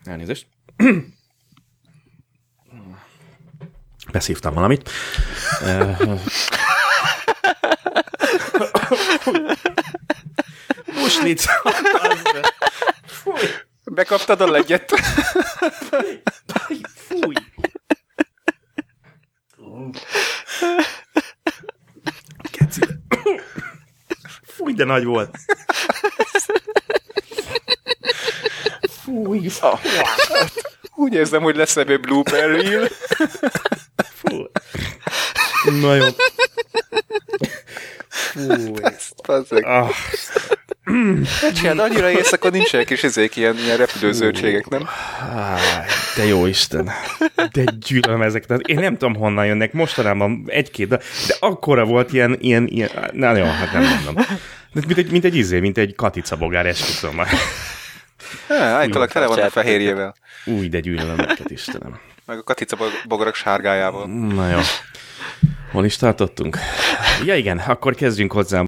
Elnézést. Beszívtam valamit. Muslic. Fúj. Bekaptad a legyet? Fúj. Keci. Fúj, de nagy volt. Fúj. Úgy érzem, hogy lesz ebből blooper reel. Fúj. Na jó. Fúj. Ah. Csináld, annyira éjszakon nincsenek is ezek ilyen repülőzöldségek, nem? De jó Isten. De gyűlölöm ezeket. Én nem tudom, honnan jönnek. Mostanában egy-két, de akkora volt ilyen... Na jó, hát nem mondom. Mint egy katicabogár, esküszöm már. Állítólag tele vannak fehérjével. Új, de gyűlölöm őket, Istenem. Meg a katicabogarak sárgájával. Na jó. Hol is tartottunk? Ja igen, akkor kezdjünk hozzá.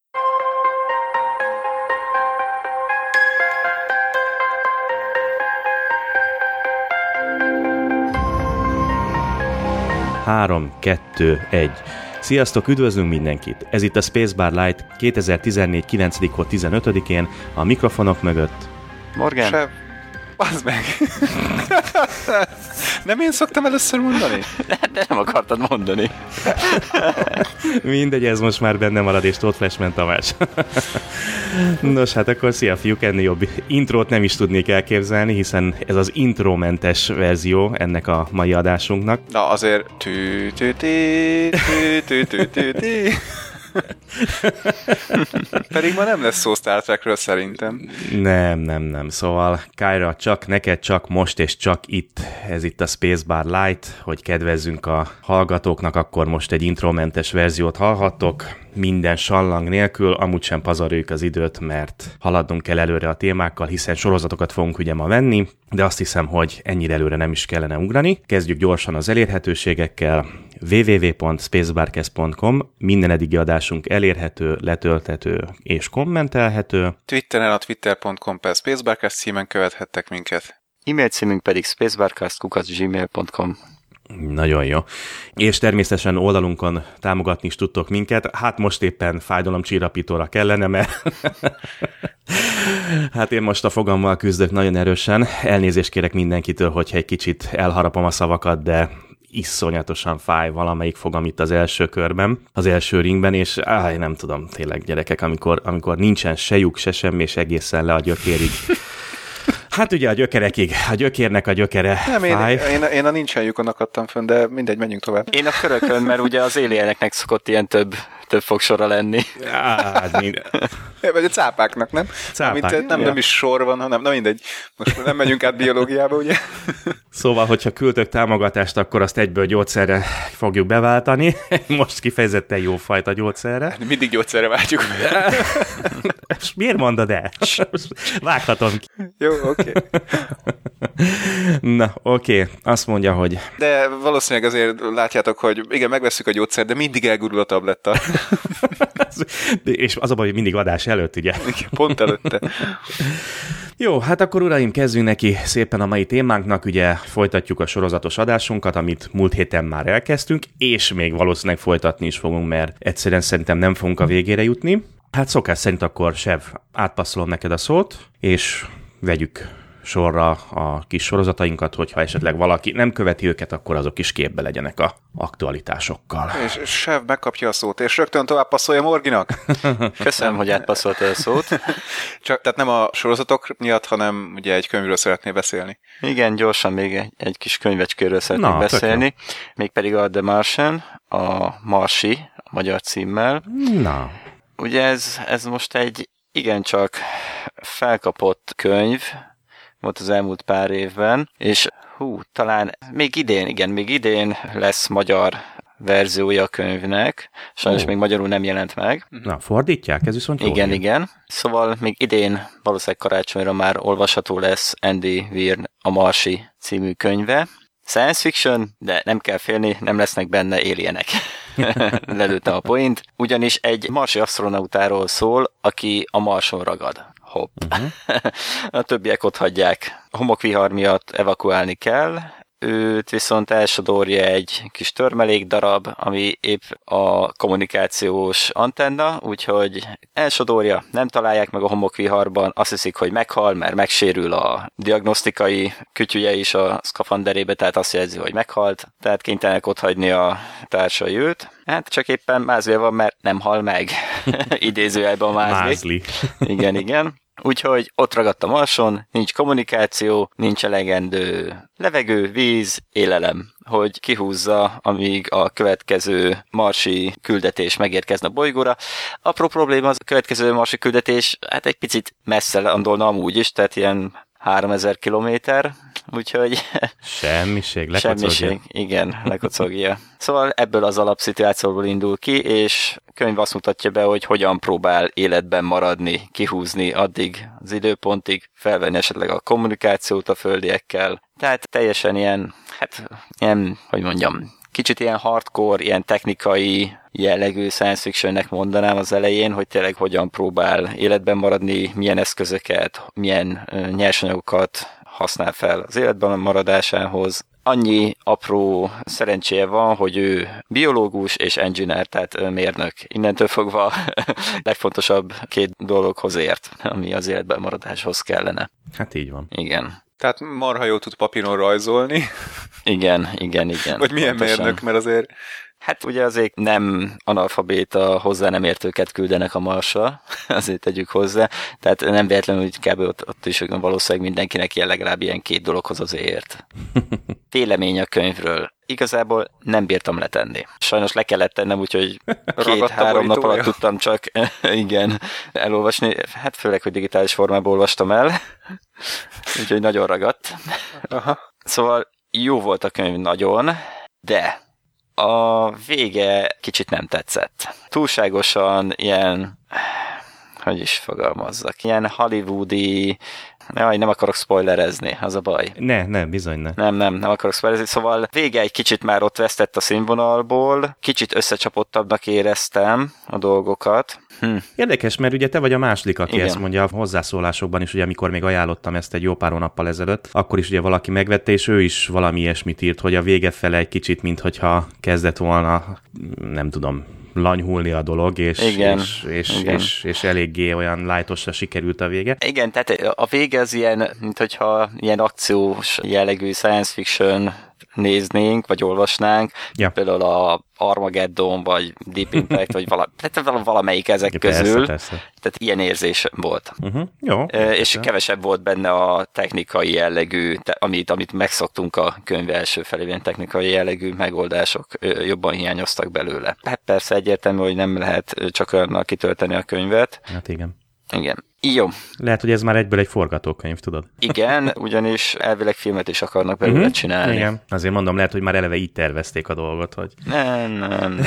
Három, 2, 1. Sziasztok, üdvözlünk mindenkit! Ez itt a Spacebar Light 2014. 9. hó 15-én a mikrofonok mögött. Morgan? Se... Bazd meg! Nem én szoktam először mondani? De nem akartad mondani. Mindegy, ez most már benne marad, és Tóth Flashman Tamás. Nos, hát akkor szia fiúk, ennél jobb intrót nem is tudnék elképzelni, hiszen ez az intromentes verzió ennek a mai adásunknak. Na azért... Pedig ma nem lesz szó Star Trekről szerintem. Nem. Szóval Kyra, csak neked, csak most és csak itt, ez itt a Spacebar Light, hogy kedvezzünk a hallgatóknak, akkor most egy intromentes verziót hallhattok, minden sallang nélkül, amúgy sem pazaroljuk az időt, mert haladnunk kell előre a témákkal, hiszen sorozatokat fogunk ugye ma venni, de azt hiszem, hogy ennyire előre nem is kellene ugrani. Kezdjük gyorsan az elérhetőségekkel. www.spacebarcast.com, minden eddigi adásunk elérhető, letölthető és kommentelhető. Twitteren a twitter.com/spacebarcast címen követhettek minket. E-mail címünk pedig spacebarcast@gmail.com. Nagyon jó. És természetesen oldalunkon támogatni is tudtok minket. Hát most éppen fájdalomcsillapítóra kellene, mert hát én most a fogammal küzdök nagyon erősen. Elnézést kérek mindenkitől, hogyha egy kicsit elharapom a szavakat, de iszonyatosan fáj valamelyik fogam itt az első körben, az első ringben, és nem tudom, tényleg gyerekek, amikor nincsen se lyuk, se semmi, és egészen le a gyökérig. Hát ugye a gyökerekig, a gyökérnek a gyökere fáj. Én a nincsen lyukon akadtam fönn, de mindegy, menjünk tovább. Én a körökön, mert ugye az alieneknek szokott ilyen több fogsora lenni. Vagy a cápáknak, nem? Cápák. Nem is sor van, hanem, na mindegy. Most nem megyünk át biológiába, ugye? Szóval, hogyha küldtök támogatást, akkor azt egyből gyógyszerre fogjuk beváltani. Most kifejezetten jó fajta gyógyszerre. Mindig gyógyszerre váltjuk. És miért mondod el? Vághatom ki. Jó, oké. Na, oké. Azt mondja, hogy... De valószínűleg azért látjátok, hogy igen, megvesszük a gyógyszert, de mindig elgurul a tabletta. És az a baj, hogy mindig adás előtt, ugye? Igen, pont előtte. Jó, hát akkor uraim, kezdjünk neki szépen a mai témánknak, ugye folytatjuk a sorozatos adásunkat, amit múlt héten már elkezdtünk, és még valószínűleg folytatni is fogunk, mert egyszerűen szerintem nem fogunk a végére jutni. Hát szokás szerint akkor, Sev, átpasszolom neked a szót, és vegyük sorra a kis sorozatainkat, hogyha esetleg valaki nem követi őket, akkor azok is képbe legyenek a aktualitásokkal. És Sev megkapja a szót, és rögtön tovább passzolja Morginak. Köszönöm, hogy átpasszoltad a szót. Tehát nem a sorozatok miatt, hanem ugye egy könyvről szeretnél beszélni. Igen, gyorsan még egy kis könyvecskéről szeretnék beszélni. Mégpedig a The Martian, a Marsi, a magyar címmel. Na. Ugye ez most egy igencsak felkapott könyv, volt az elmúlt pár évben, és talán még idén lesz magyar verziója a könyvnek, sajnos még magyarul nem jelent meg. Na, fordítják? Ez viszont jó. Igen. Szóval még idén valószínűleg karácsonyra már olvasható lesz Andy Weir a Marsi című könyve. Science fiction, de nem kell félni, nem lesznek benne alienek. lelőttem a point, ugyanis egy marsi asztronautáról szól, aki a Marson ragad. Hopp. A többiek ott hagyják. A homokvihar miatt evakuálni kell, őt viszont elsodorja egy kis törmelékdarab, ami épp a kommunikációs antenna, úgyhogy elsodorja, nem találják meg a homokviharban, azt hiszik, hogy meghal, mert megsérül a diagnosztikai kütyüje is a szkafanderébe, tehát azt jelzi, hogy meghalt, tehát kénytelenek otthagyni a társai őt. Hát csak éppen mázlia van, mert nem hal meg. Idézőjelben mázli. Igen. Úgyhogy ott ragadt a Marson, nincs kommunikáció, nincs elegendő levegő, víz, élelem, hogy kihúzza, amíg a következő marsi küldetés megérkezne a bolygóra. Apró probléma az a következő marsi küldetés, hát egy picit messze landolna amúgy is, tehát ilyen 3000 kilométer, úgyhogy... Semmiség, lekocogja. Semmiség, igen, lekocogja. Szóval ebből az alapszituációból indul ki, és a könyv azt mutatja be, hogy hogyan próbál életben maradni, kihúzni addig az időpontig, felvenni esetleg a kommunikációt a földiekkel. Tehát teljesen ilyen, kicsit ilyen hardcore, ilyen technikai jellegű science fictionnek mondanám az elején, hogy tényleg hogyan próbál életben maradni, milyen eszközöket, milyen nyersanyagokat használ fel az életben maradásához. Annyi apró szerencséje van, hogy ő biológus és engineer, tehát mérnök. Innentől fogva legfontosabb 2 dologhoz ért, ami az életben maradáshoz kellene. Hát így van. Igen. Tehát marha jól tud papíron rajzolni. Igen. Vagy milyen pontosan. mérnök, mert azért... Hát ugye azért nem analfabéta, hozzá nem értőket küldenek a Marsra, azért tegyük hozzá, tehát nem véletlenül, hogy kb. Ott is valószínűleg mindenkinek legalább ilyen 2 dologhoz azért ért. Vélemény a könyvről. Igazából nem bírtam letenni. Sajnos le kellett tennem, úgyhogy 2-3 nap alatt tudtam csak elolvasni. Hát főleg, hogy digitális formában olvastam el, úgyhogy nagyon ragadt. Aha. Szóval jó volt a könyv nagyon, de a vége kicsit nem tetszett. Túlságosan ilyen, hogy is fogalmazzak, ilyen hollywoodi, nem akarok spoilerezni, az a baj. Bizony ne. Nem akarok spoilerezni, szóval vége egy kicsit már ott vesztett a színvonalból, kicsit összecsapottabbnak éreztem a dolgokat. Érdekes, mert ugye te vagy a második, aki Igen. ezt mondja a hozzászólásokban is, ugye amikor még ajánlottam ezt egy jó pár hónappal ezelőtt, akkor is ugye valaki megvette, és ő is valami ilyesmit írt, hogy a vége fele egy kicsit, minthogyha kezdett volna, nem tudom, lanyhulni a dolog, és eléggé olyan light-osra sikerült a vége. Igen, tehát a vége az ilyen, minthogyha ilyen akciós jellegű science fiction néznénk, vagy olvasnánk, például a Armageddon, vagy Deep Impact, vagy valamelyik ezek közül. Persze. Tehát ilyen érzés volt. Jó. És kevesebb volt benne a technikai jellegű, amit megszoktunk a könyv első felében, technikai jellegű megoldások jobban hiányoztak belőle. Hát persze egyértelmű, hogy nem lehet csak olyannal kitölteni a könyvet. Hát igen. Igen. Jó. Lehet, hogy ez már egyből egy forgatókönyv, tudod? Igen, ugyanis elvileg filmet is akarnak belőle csinálni. Igen. Azért mondom, lehet, hogy már eleve így tervezték a dolgot, hogy... Nem.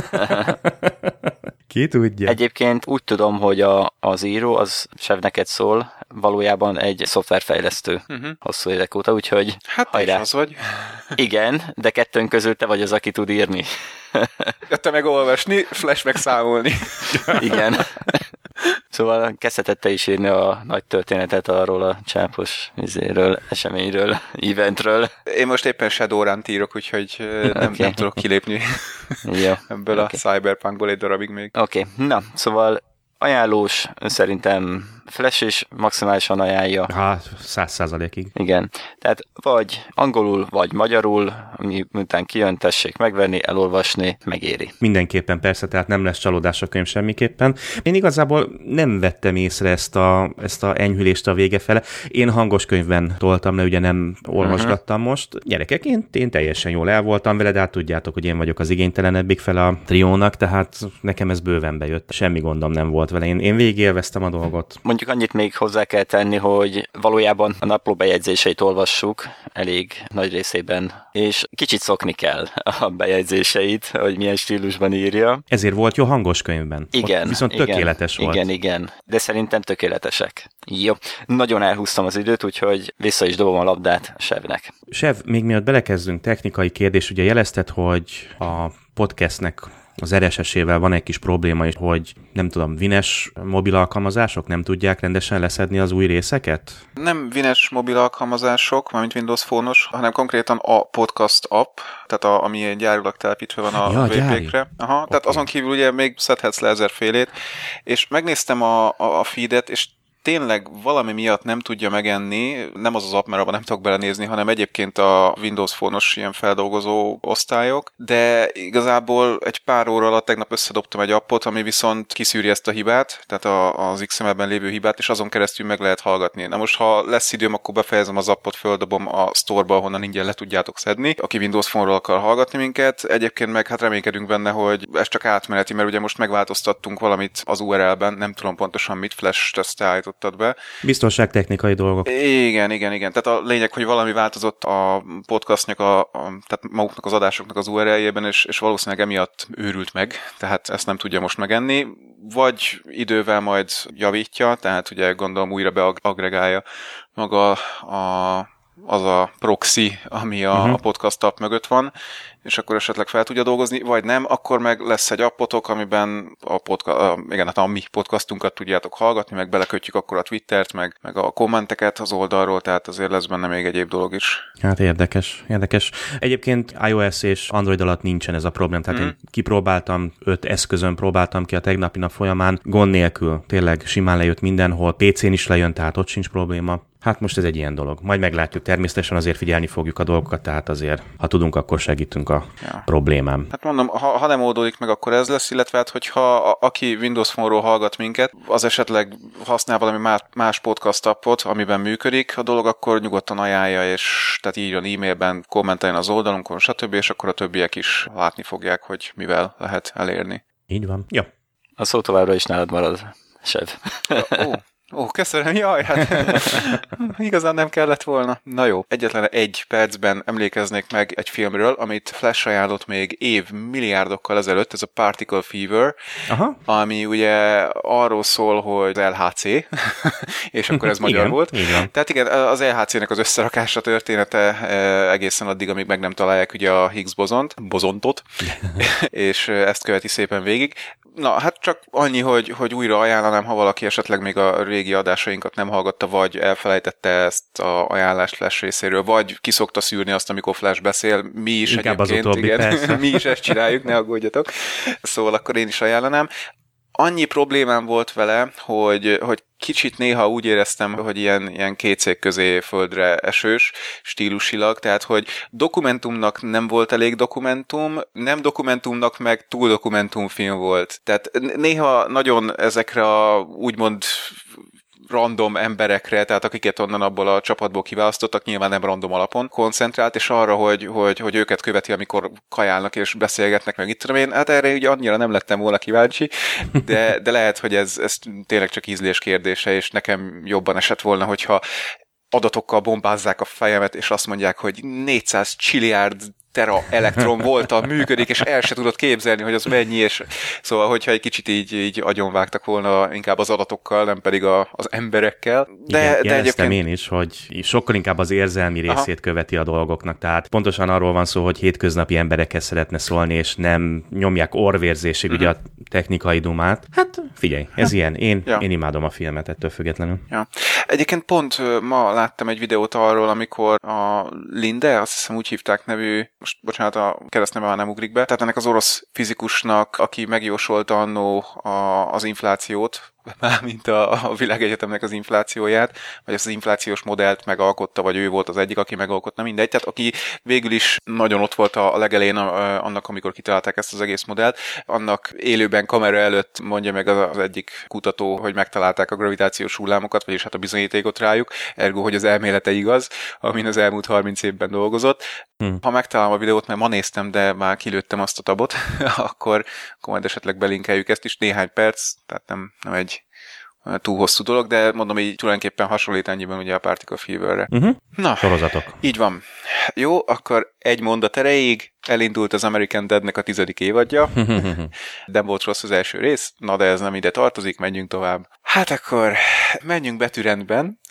Ki tudja? Egyébként úgy tudom, hogy az író, az sem neked szól, valójában egy szoftverfejlesztő hosszú évek óta, úgyhogy Hát hajrá. az vagy. Igen, de kettőnk közül te vagy az, aki tud írni. Jöttem meg olvasni, Flash meg számolni. Igen. Szóval kezdhetett te is írni a nagy történetet arról a csápos eseményről, eventről. Én most éppen Shadowrun-t írok, úgyhogy nem tudok kilépni ebből a Cyberpunkból egy darabig még. Oké, na, szóval ajánlós, szerintem Flash is maximálisan ajánlja. 100%-ig. Igen, tehát vagy angolul, vagy magyarul, ami után kijön, tessék megvenni, elolvasni, megéri. Mindenképpen persze, tehát nem lesz csalódás a könyv semmiképpen. Én igazából nem vettem észre ezt a enyhülést a vége fele. Én hangos könyvben toltam le, ugye nem olvasgattam most. Gyerekek, én teljesen jól el voltam vele, de hát tudjátok, hogy én vagyok az igénytelenebbik fele a triónak, tehát nekem ez bőven bejött. Semmi gondom nem volt vele. Én végig élveztem a dolgot. Mondjuk annyit még hozzá kell tenni, hogy valójában a napló bejegyzéseit olvassuk elég nagy részében, és kicsit szokni kell a bejegyzéseit, hogy milyen stílusban írja. Ezért volt jó hangos könyvben. Igen. Ott viszont tökéletes volt. Igen. De szerintem tökéletesek. Jó. Nagyon elhúztam az időt, úgyhogy vissza is dobom a labdát Sevnek. Sev, még miatt belekezdünk, technikai kérdés, ugye jelezted, hogy a podcastnek az RSS-ével van egy kis probléma, hogy nem tudom, Wines mobil alkalmazások nem tudják rendesen leszedni az új részeket? Nem Wines mobil alkalmazások, mármint Windows Phone-os, hanem konkrétan a podcast app, tehát ami gyárilag telepítve van a VP-kre. Aha, tehát azon kívül ugye még szedhetsz le ezerfélét, és megnéztem a feedet, és tényleg valami miatt nem tudja megenni, nem az app, mert abban nem tudok belenézni, hanem egyébként a Windows Phone-os ilyen feldolgozó osztályok, de igazából egy pár óra alatt tegnap összedobtam egy appot, ami viszont kiszűri ezt a hibát, tehát az XML-ben lévő hibát, és azon keresztül meg lehet hallgatni. Na most, ha lesz időm, akkor befejezem az appot, földobom a store-ba, ahonnan ingyen le tudjátok szedni, aki Windows Phone-ról akar hallgatni minket. Egyébként meg hát reménykedünk benne, hogy ez csak átmeneti, mert ugye most megváltoztattunk valamit az URL-ben, nem tudom pontosan mit, flash teszt be. Biztonságtechnikai dolgok. Igen. Tehát a lényeg, hogy valami változott a podcastnak, tehát maguknak az adásoknak az URL-jében, és valószínűleg emiatt őrült meg, tehát ezt nem tudja most megenni. Vagy idővel majd javítja, tehát ugye gondolom újra beagregálja maga az a proxy, ami a podcast app mögött van, és akkor esetleg fel tudja dolgozni, vagy nem, akkor meg lesz egy appotok, amiben a mi podcastunkat tudjátok hallgatni, meg belekötjük akkor a Twittert, meg a kommenteket az oldalról, tehát azért lesz benne még egyéb dolog is. Hát érdekes. Egyébként iOS és Android alatt nincsen ez a problém, tehát én kipróbáltam, 5 eszközön próbáltam ki a tegnapi nap folyamán, gond nélkül, tényleg simán lejött mindenhol, PC-n is lejön, tehát ott sincs probléma. Hát most ez egy ilyen dolog. Majd meglátjuk, természetesen azért figyelni fogjuk a dolgokat, tehát azért, ha tudunk, akkor segítünk a problémám. Hát mondom, ha nem oldódik meg, akkor ez lesz, illetve hát, hogyha aki Windows Phone-ról hallgat minket, az esetleg használ valami más podcast appot, amiben működik a dolog, akkor nyugodtan ajánlja, és tehát írjon e-mailben, kommenteljen az oldalunkon, stb., és akkor a többiek is látni fogják, hogy mivel lehet elérni. Így van. Ja. A szó továbbra is nálad marad, Sev. Köszönöm, jaj, hát igazán nem kellett volna. Na jó, egyetlen egy percben emlékeznék meg egy filmről, amit Flash ajánlott még milliárdokkal ezelőtt, ez a Particle Fever, ami ugye arról szól, hogy az LHC, és akkor ez magyar volt. Igen. Tehát igen, az LHC-nek az összerakása története egészen addig, amíg meg nem találják ugye a Higgs bozontot, és ezt követi szépen végig. Na, hát csak annyi, hogy újra ajánlanám, ha valaki esetleg még a régi adásainkat nem hallgatta, vagy elfelejtette ezt az ajánlást Flash részéről, vagy kiszokta szűrni azt, amikor Flash beszél. Mi is inkább egyébként, az utóbbi, persze. Mi is ezt csináljuk, ne aggódjatok. Szóval akkor én is ajánlanám. Annyi problémám volt vele, hogy kicsit néha úgy éreztem, hogy ilyen két cég közé földre esős stílusilag, tehát hogy dokumentumnak nem volt elég dokumentum, nem dokumentumnak meg túl dokumentumfilm volt. Tehát néha nagyon ezekre a úgymond random emberekre, tehát akiket onnan abból a csapatból kiválasztottak, nyilván nem random alapon koncentrált, és arra, hogy őket követi, amikor kajálnak és beszélgetnek, meg itt tudom én, hát erre ugye annyira nem lettem volna kíváncsi, de lehet, hogy ez tényleg csak ízlés kérdése, és nekem jobban esett volna, hogyha adatokkal bombázzák a fejemet, és azt mondják, hogy 400 csilliárd tera elektron volta, működik, és el se tudod képzelni, hogy az mennyi, és szóval, hogyha egy kicsit így agyonvágtak volna inkább az adatokkal, nem pedig az emberekkel. De egyébként én is, hogy sokkal inkább az érzelmi részét követi a dolgoknak, tehát pontosan arról van szó, hogy hétköznapi emberekhez szeretne szólni, és nem nyomják orvérzésig ugye a technikai dumát. Hát figyelj, ez ilyen. Én imádom a filmet ettől függetlenül. Ja. Egyébként pont ma láttam egy videót arról, amikor a Linde, azt hiszem úgy hívták nevű, most bocsánat, a keresztneve már nem ugrik be, tehát ennek az orosz fizikusnak, aki megjósolta annó az inflációt, mármint a világegyetemnek az inflációját, vagy ezt az inflációs modellt megalkotta, vagy ő volt az egyik, aki megalkotta, mindegy. Tehát aki végül is nagyon ott volt a legelején annak, amikor kitalálták ezt az egész modellt, annak élőben kamera előtt mondja meg az egyik kutató, hogy megtalálták a gravitációs hullámokat, vagyis hát a bizonyítékot rájuk, ergo, hogy az elmélete igaz, amin az elmúlt 30 évben dolgozott. Ha megtalálom a videót, mert ma néztem, de már kilőttem azt a tabot, akkor majd esetleg belinkeljük ezt is, néhány perc, tehát nem egy túl hosszú dolog, de mondom így tulajdonképpen hasonlít ennyiben ugye a Particle Feverre. Na, sorozatok. Így van. jó, akkor egy mondat erejéig elindult az American Deadnek a 10. évadja. Nem volt rossz az első rész, na de ez nem ide tartozik, menjünk tovább. Hát akkor menjünk betűrendben,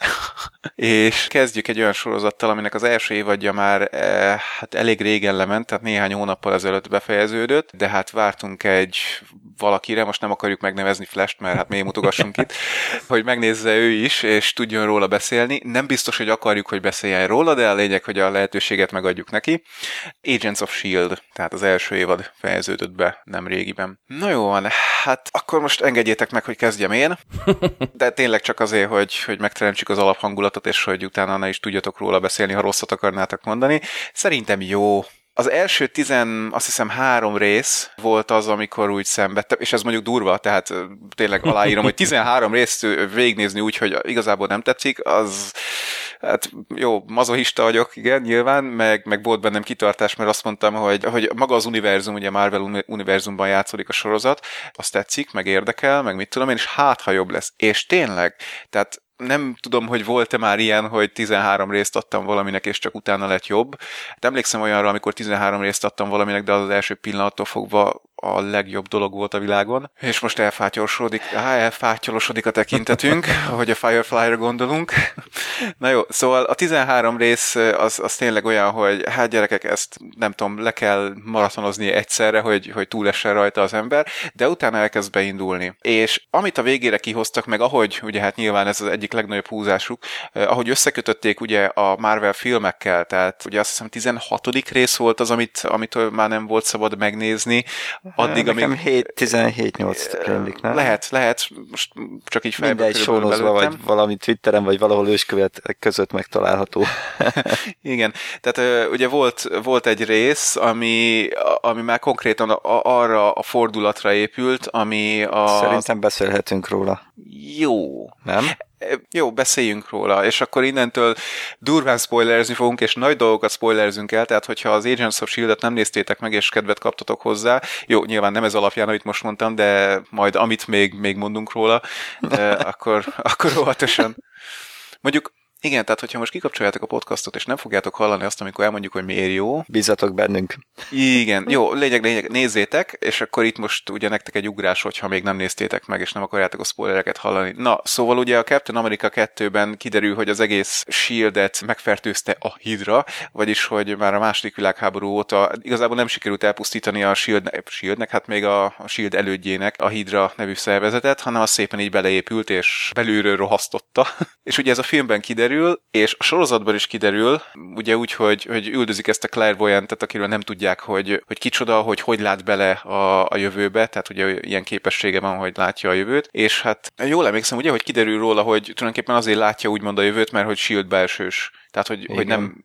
és kezdjük egy olyan sorozattal, aminek az első évadja már hát elég régen lement, tehát néhány hónappal ezelőtt befejeződött, de hát vártunk egy valakire, most nem akarjuk megnevezni Flash-t, mert hát miért mutogassunk itt, hogy megnézze ő is, és tudjon róla beszélni. Nem biztos, hogy akarjuk, hogy beszéljen róla, de a lényeg, hogy a lehetőséget megadjuk neki. Agents of S.H.I.E.L.D., tehát az első évad fejeződött be nem régiben. Na jó van, hát akkor most engedjétek meg, hogy kezdjem én, de tényleg csak azért, hogy megteremtsük az alaphangulatot, és hogy utána ne is tudjatok róla beszélni, ha rosszat akarnátok mondani. Szerintem jó. Az első azt hiszem 3 rész volt az, amikor úgy szenvedtem, és ez mondjuk durva, tehát tényleg aláírom, hogy 13 részt végignézni úgy, hogy igazából nem tetszik, az hát jó, mazochista vagyok, igen, nyilván, meg volt bennem kitartás, mert azt mondtam, hogy maga az univerzum, ugye Marvel univerzumban játszódik a sorozat, azt tetszik, meg érdekel, meg mit tudom én, és hát, ha jobb lesz. És tényleg, tehát nem tudom, hogy volt-e már ilyen, hogy 13 részt adtam valaminek, és csak utána lett jobb. Hát emlékszem olyanra, amikor 13 részt adtam valaminek, de az első pillanattól fogva a legjobb dolog volt a világon. És most elfátyolosodik a tekintetünk, ahogy a Firefly-ra gondolunk. Na jó, szóval a 13 rész az tényleg olyan, hogy hát gyerekek, ezt nem tudom, le kell maratonozni egyszerre, hogy túlessen rajta az ember, de utána elkezd beindulni. És amit a végére kihoztak meg, ahogy ugye hát nyilván ez az egyik legnagyobb húzásuk, ahogy összekötötték ugye a Marvel filmekkel, tehát ugye azt hiszem 16. rész volt az, amit már nem volt szabad megnézni, addig, nekem 17-8 rémlik, nem? Lehet, most csak így fejbe mindegy, sónozva, vagy valami Twitteren, vagy valahol őskövet között megtalálható. Igen, tehát ugye volt egy rész, ami már konkrétan arra a fordulatra épült, ami Szerintem beszélhetünk róla. Jó. Nem? Jó, beszéljünk róla, és akkor innentől durván spoilerezni fogunk, és nagy dolgokat spoilerezünk el, tehát hogyha az Agents of S.H.I.E.L.D.-et nem néztétek meg, és kedvet kaptatok hozzá, jó, nyilván nem ez alapján, amit most mondtam, de majd amit még mondunk róla, akkor óvatosan. Mondjuk, igen, tehát hogyha most kikapcsoljátok a podcastot, és nem fogjátok hallani azt, amikor elmondjuk, hogy miért jó. Bízzatok bennünk. Igen, jó, lényeg, nézzétek, és akkor itt most ugye nektek egy ugrás, hogyha még nem néztétek meg, és nem akarjátok a spoilereket hallani. Na, szóval ugye a Captain America 2-ben kiderül, hogy az egész S.H.I.E.L.D.-et megfertőzte a Hydra, vagyis hogy már a második világháború óta igazából nem sikerült elpusztítani a S.H.I.E.L.D.-nek, hát még a S.H.I.E.L.D. elődjének, a Hydra nevű szervezetet, hanem az szépen így beleépült, és belülről rohasztotta. És ugye ez a filmben kiderül, és a sorozatban is kiderül, ugye úgy, hogy üldözik ezt a clairvoyantet, akiről nem tudják, hogy kicsoda, hogy lát bele a jövőbe, tehát ugye ilyen képessége van, hogy látja a jövőt, és hát jól emlékszem, ugye, hogy kiderül róla, hogy tulajdonképpen azért látja úgymond a jövőt, mert hogy S.H.I.E.L.D. belsős. Tehát, hogy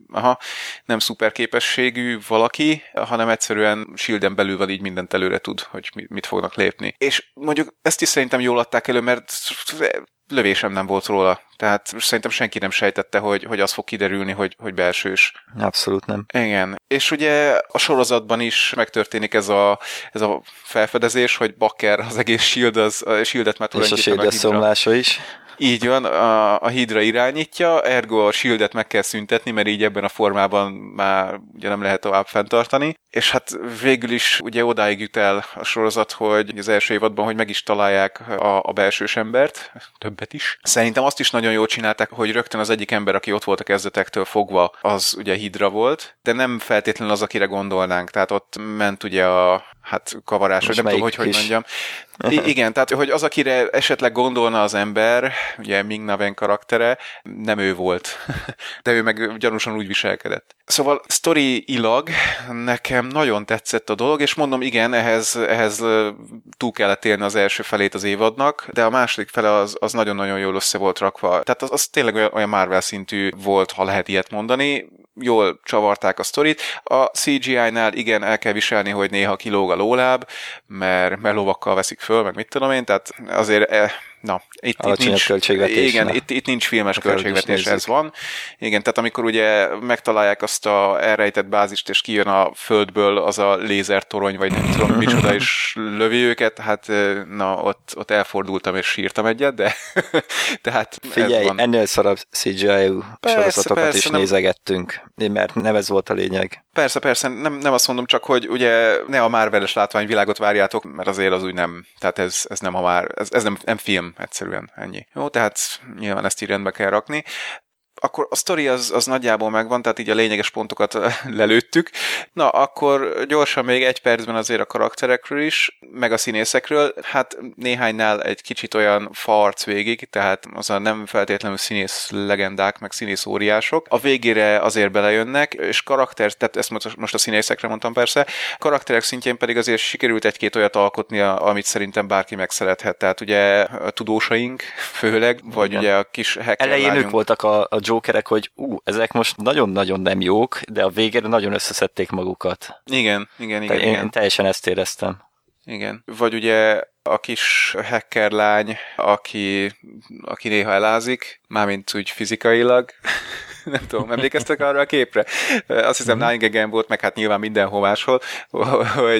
nem szuper képességű valaki, hanem egyszerűen S.H.I.E.L.D.en belül van, így mindent előre tud, hogy mit fognak lépni. És mondjuk ezt is szerintem jól adták elő, mert lövésem nem volt róla. Tehát szerintem senki nem sejtette, hogy az fog kiderülni, hogy belsős. Abszolút nem. Igen. És ugye a sorozatban is megtörténik ez a felfedezés, hogy Bakker az egész S.H.I.E.L.D.et már tulajdonképpen a szomlása is. Így van, a Hydra irányítja, ergo a S.H.I.E.L.D.et meg kell szüntetni, mert így ebben a formában már ugye nem lehet tovább fenntartani. És hát végül is ugye odáig jut el a sorozat, hogy az első évadban, hogy meg is találják a belsős embert, többet is. Szerintem azt is nagyon jól csinálták, hogy rögtön az egyik ember, aki ott volt a kezdetektől fogva, az ugye Hydra volt, de nem feltétlenül az, akire gondolnánk. Tehát ott ment ugye a kavarás, vagy nem tudom, hogy mondjam. Igen, tehát hogy az, akire esetleg gondolna az ember, ugye Ming-Na Wen karaktere, nem ő volt, de ő meg gyanúsan úgy viselkedett. Szóval sztoriilag nekem nagyon tetszett a dolog, és mondom, igen, ehhez túl kellett élni az első felét az évadnak, de a második fele az nagyon-nagyon jól össze volt rakva. Tehát az tényleg olyan Marvel szintű volt, ha lehet ilyet mondani. Jól csavarták a sztorit. A CGI-nál igen, el kell viselni, hogy néha kilóg a lóláb, mert lovakkal veszik föl, meg mit tudom én, tehát azért Na, itt nincs költségvetés. Igen, itt nincs filmes költségvetés, ez van. Igen, tehát amikor ugye megtalálják azt a elrejtett bázist, és kijön a földből az a lézertorony, vagy nem tudom micsoda, és lövi őket, hát na, ott elfordultam és sírtam egyet, de tehát figyelj, ez van. Ennél szarabb CGI-ú sorozatokat is nézegettünk, mert nem ez volt a lényeg. Persze, nem azt mondom, csak hogy ugye ne a Marvel-es látványvilágot várjátok, mert azért az úgy nem, tehát ez nem, ez nem film, egyszerűen ennyi. Jó, tehát nyilván ezt így rendbe kell rakni. Akkor a sztori az nagyjából megvan, tehát így a lényeges pontokat lelőttük. Na, akkor gyorsan még egy percben azért a karakterekről is, meg a színészekről. Hát néhánynál egy kicsit olyan farc végig, tehát az a nem feltétlenül színész legendák, meg színész óriások. A végére azért belejönnek, és tehát ezt most a színészekre mondtam persze, karakterek szintjén pedig azért sikerült egy-két olyat alkotni, amit szerintem bárki megszerethet. Tehát ugye a tudósaink főleg, vagy igen. Ugye a kis hacker elején lányunk. Ők voltak a Jokerek, hogy ezek most nagyon-nagyon nem jók, de a végére nagyon összeszedték magukat. Igen. Én teljesen ezt éreztem. Igen. Vagy ugye a kis hacker lány, aki néha elázik, mármint úgy fizikailag. Nem tudom, emlékeztek arra a képre? Azt hiszem Nine Gag volt, meg hát nyilván mindenhol máshol, hogy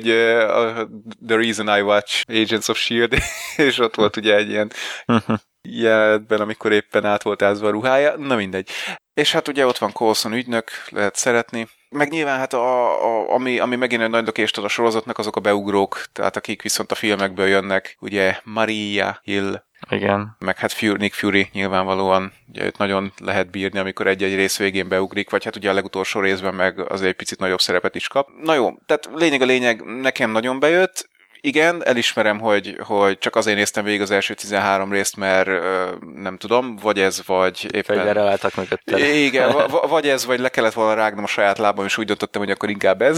The Reason I Watch Agents of S.H.I.E.L.D. és ott volt ugye egy ilyen jelenetben, amikor éppen át volt ázva a ruhája, na mindegy. És hát ugye ott van Coulson ügynök, lehet szeretni. Meg nyilván hát ami megint egy nagy lökést ad a sorozatnak, azok a beugrók, tehát akik viszont a filmekből jönnek, ugye Maria Hill, igen. Meg hát Nick Fury nyilvánvalóan, ugye őt nagyon lehet bírni, amikor egy-egy rész végén beugrik, vagy hát ugye a legutolsó részben meg azért egy picit nagyobb szerepet is kap. Na jó, tehát lényeg, nekem nagyon bejött. Igen, elismerem, hogy csak azért néztem végig az első 13 részt, mert nem tudom, vagy ez, vagy éppen... Fegyverre álltak mögötted. Igen, vagy ez, vagy le kellett volna rágnom a saját lábam, és úgy döntöttem, hogy akkor inkább ez.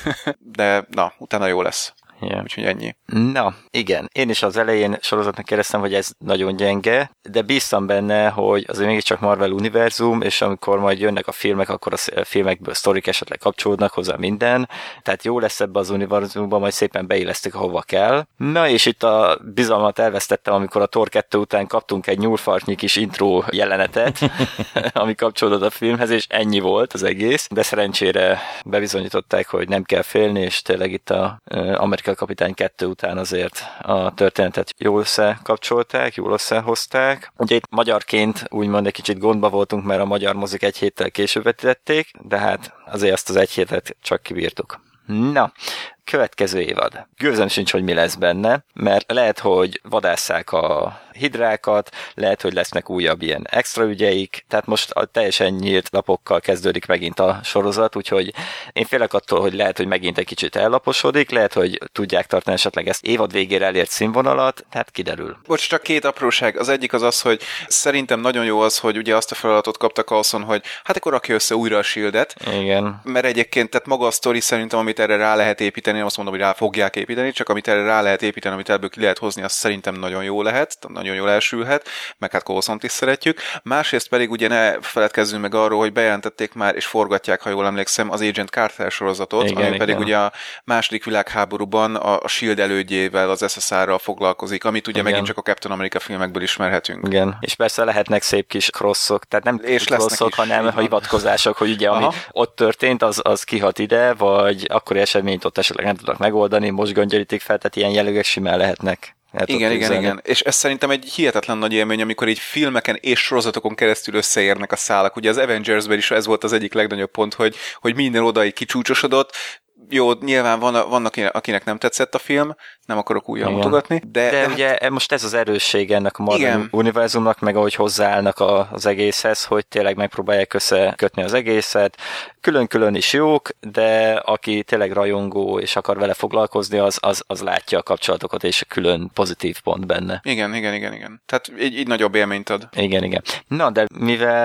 De na, utána jó lesz. Yeah. Úgyhogy ennyi. Na, igen. Én is az elején sorozatnak kérdeztem, hogy ez nagyon gyenge, de bíztam benne, hogy azért mégiscsak Marvel univerzum, és amikor majd jönnek a filmek, akkor a filmekből sztorik esetleg kapcsolódnak hozzá minden, tehát jó lesz ebbe az univerzumban, majd szépen beillesztik, ahova kell. Na, és itt a bizalmat elvesztettem, amikor a Thor 2 után kaptunk egy nyúlfartnyi kis intro jelenetet, ami kapcsolódott a filmhez, és ennyi volt az egész, de szerencsére bebizonyították, hogy nem kell félni, és tényleg itt a Amerikai Kapitány 2 után azért a történetet jól összekapcsolták, jól összehozták. Ugye itt magyarként úgymond egy kicsit gondba voltunk, mert a magyar mozik egy héttel később vetítették, de hát azért azt az egy hétet csak kibírtuk. Na, következő évad. Gőzöm sincs, hogy mi lesz benne, mert lehet, hogy vadásszák a hidrákat, lehet, hogy lesznek újabb ilyen extra ügyeik, tehát most a teljesen nyílt lapokkal kezdődik megint a sorozat, úgyhogy én félek attól, hogy lehet, hogy megint egy kicsit ellaposodik, lehet, hogy tudják tartani esetleg ezt évad végére elért színvonalat, tehát kiderül. Bocs, csak két apróság. Az egyik az, hogy szerintem nagyon jó az, hogy ugye azt a feladatot kapta Coulson, hogy hát akkor rakja össze újra a S.H.I.E.L.D.-et. Igen. Mert egyébként, tehát maga a sztori szerintem, amit erre rá lehet építeni, nem azt mondom, hogy rá fogják építeni, csak amit erre rá lehet építeni, amit ebből ki lehet hozni, az szerintem nagyon jó lehet, nagyon jól elsülhet, meg hát Coulsont is szeretjük. Másrészt pedig ugye ne feledkezzünk meg arról, hogy bejelentették már, és forgatják, ha jól emlékszem, az Agent Carter sorozatot, igen, ami pedig ugye a második világháborúban a S.H.I.E.L.D. elődjével, az SSR-ral foglalkozik, amit ugye megint csak a Captain America filmekből ismerhetünk. Igen, és persze lehetnek szép kis crossok, tehát nem crossok, hanem hivatkozások, hogy ugye ami ott történt, az kihat ide, vagy akkori eseményt ott esetleg nem tudnak megoldani, most göngyölítik fel, tehát ilyen jellegek simán lehetnek. Igen. És ez szerintem egy hihetetlen nagy élmény, amikor így filmeken és sorozatokon keresztül összeérnek a szálak. Ugye az Avengersben is ez volt az egyik legnagyobb pont, hogy minden odaig kicsúcsosodott. Jó, nyilván vannak akinek nem tetszett a film, nem akarok újra mutogatni. De ugye most ez az erősség ennek a Marvel univerzumnak, meg ahogy hozzáállnak az egészhez, hogy tényleg megpróbálják összekötni az egészet. Külön-külön is jók, de aki tényleg rajongó és akar vele foglalkozni, az látja a kapcsolatokat és a külön pozitív pont benne. Igen. Tehát így nagyobb élményt ad. Igen. Na, de mivel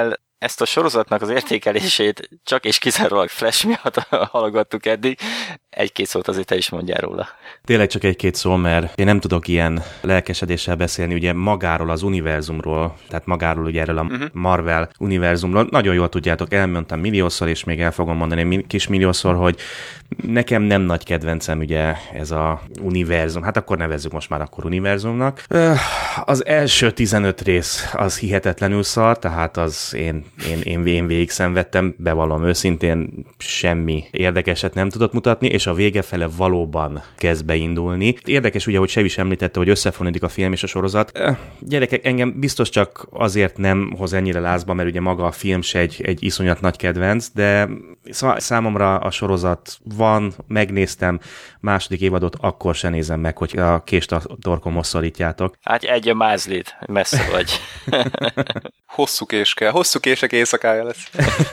ezt a sorozatnak az értékelését csak és kizárólag Flash miatt hallgattuk eddig. Egy-két szót azért te is mondjál róla. Tényleg csak egy-két szó, mert én nem tudok ilyen lelkesedéssel beszélni ugye magáról az univerzumról, tehát magáról ugye erről a Marvel univerzumról. Nagyon jól tudjátok, elmondtam milliószor, és még el fogom mondani kis milliószor, hogy nekem nem nagy kedvencem ugye ez a univerzum. Hát akkor nevezzük most már akkor univerzumnak. Az első 15 rész az hihetetlenül szar, tehát az én végig szenvedtem, bevallom őszintén, semmi érdekeset nem tudott mutatni, és a vége fele valóban kezd beindulni. Érdekes ugye, hogy Sev is említette, hogy összefonódik a film és a sorozat. Gyerekek, engem biztos csak azért nem hoz ennyire lázba, mert ugye maga a film se egy iszonyat nagy kedvenc, de számomra a sorozat van, megnéztem, második évadot akkor se nézem meg, hogy a kést a torkomhoz szorítjátok. Hát egy a mázlit, messze vagy. Hosszú kés kell, hosszú kések éjszakája lesz.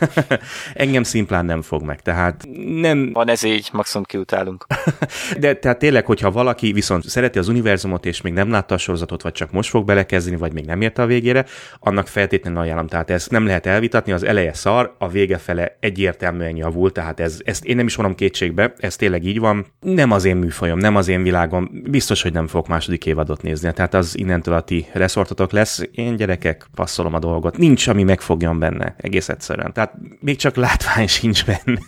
Engem szimplán nem fog meg, tehát nem... Van ez így, maximum kiutálunk. De tehát tényleg, hogyha valaki viszont szereti az univerzumot, és még nem látta a sorozatot, vagy csak most fog belekezdeni, vagy még nem érte a végére, annak feltétlenül ajánlom. Tehát ezt nem lehet elvitatni, az eleje szar, a vége fele egyértelműen javul, tehát ezt én nem is vonom kétségbe, ez tényleg így van. Nem az én műfajom, nem az én világom, biztos, hogy nem fogok második évadot nézni. Tehát az innentől a ti reszortotok lesz. Én gyerekek, passzolom a dolgot. Nincs, ami megfogjon benne, egész egyszerűen. Tehát még csak látvány sincs benne.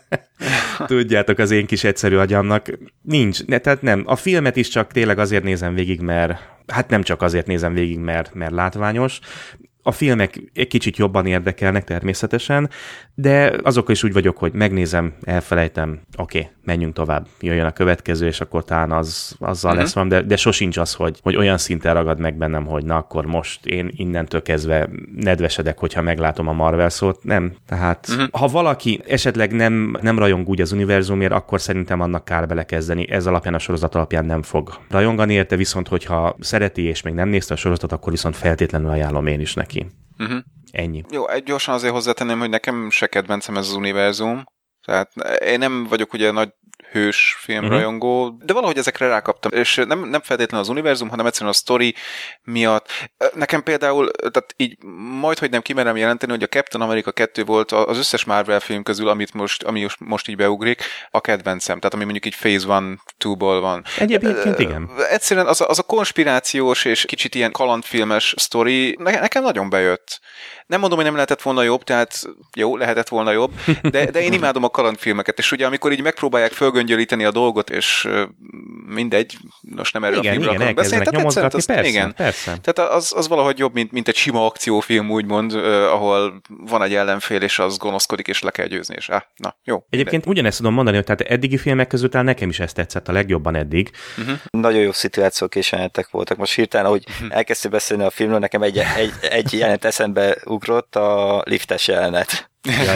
Tudjátok, az én kis egyszerű agyamnak nincs. Tehát nem. A filmet is csak tényleg azért nézem végig, mert hát nem csak azért nézem végig, mert látványos. A filmek egy kicsit jobban érdekelnek természetesen, de azok is úgy vagyok, hogy megnézem, elfelejtem, oké, menjünk tovább, jöjjön a következő, és akkor talán azzal lesz van, de sosincs az, hogy olyan szinten ragad meg bennem, hogy na akkor most én innentől kezdve nedvesedek, hogyha meglátom a Marvel szót. Nem. Tehát ha valaki esetleg nem rajong úgy az univerzumért, akkor szerintem annak kár belekezdeni. Ez alapján, a sorozat alapján nem fog rajongani érte, viszont hogyha szereti és még nem nézte a sorozatot, akkor viszont feltétlenül ajánlom én is neki. Ennyi. Jó, gyorsan azért hozzátenném, hogy nekem se kedvencem ez az univerzum. Tehát én nem vagyok ugye nagy hős filmrajongó, de valahogy ezekre rákaptam. És nem feltétlenül az univerzum, hanem egyszerűen a sztori miatt. Nekem például, tehát így majdhogy nem kimerem jelenteni, hogy a Captain America 2 volt az összes Marvel film közül, ami most így beugrik, a kedvencem. Tehát ami mondjuk így Phase 1-2-ból van. Egyébként igen. Egyszerűen az a konspirációs és kicsit ilyen kalandfilmes sztori nekem nagyon bejött. Nem mondom, hogy nem lehetett volna jobb, tehát jó, lehetett volna jobb, de én imádom a kalandfilmeket, és ugye amikor így megpróbálják fölgöngyölíteni a dolgot, és mindegy, most nem erről a filmről akarok beszélni. Persze. Tehát az valahogy jobb, mint egy sima akciófilm, úgymond, ahol van egy ellenfél, és az gonoszkodik, és le kell győzni, és na, jó. Egyébként ugyanezt tudom mondani, hogy tehát eddigi filmek között nekem is ezt tetszett a legjobban eddig. Nagyon jó szituációk és jelenetek voltak. Most hirtelen, ahogy elkezdtél beszélni a filmről, nekem egy jelenet eszembe ugrott, a liftes jelenet.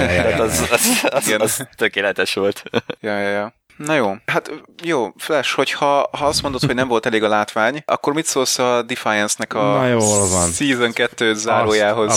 Az tökéletes volt. Ja. Na jó, hát jó, Flash, hogyha azt mondod, hogy nem volt elég a látvány, akkor mit szólsz a Defiance-nek a Season 2 zárójához?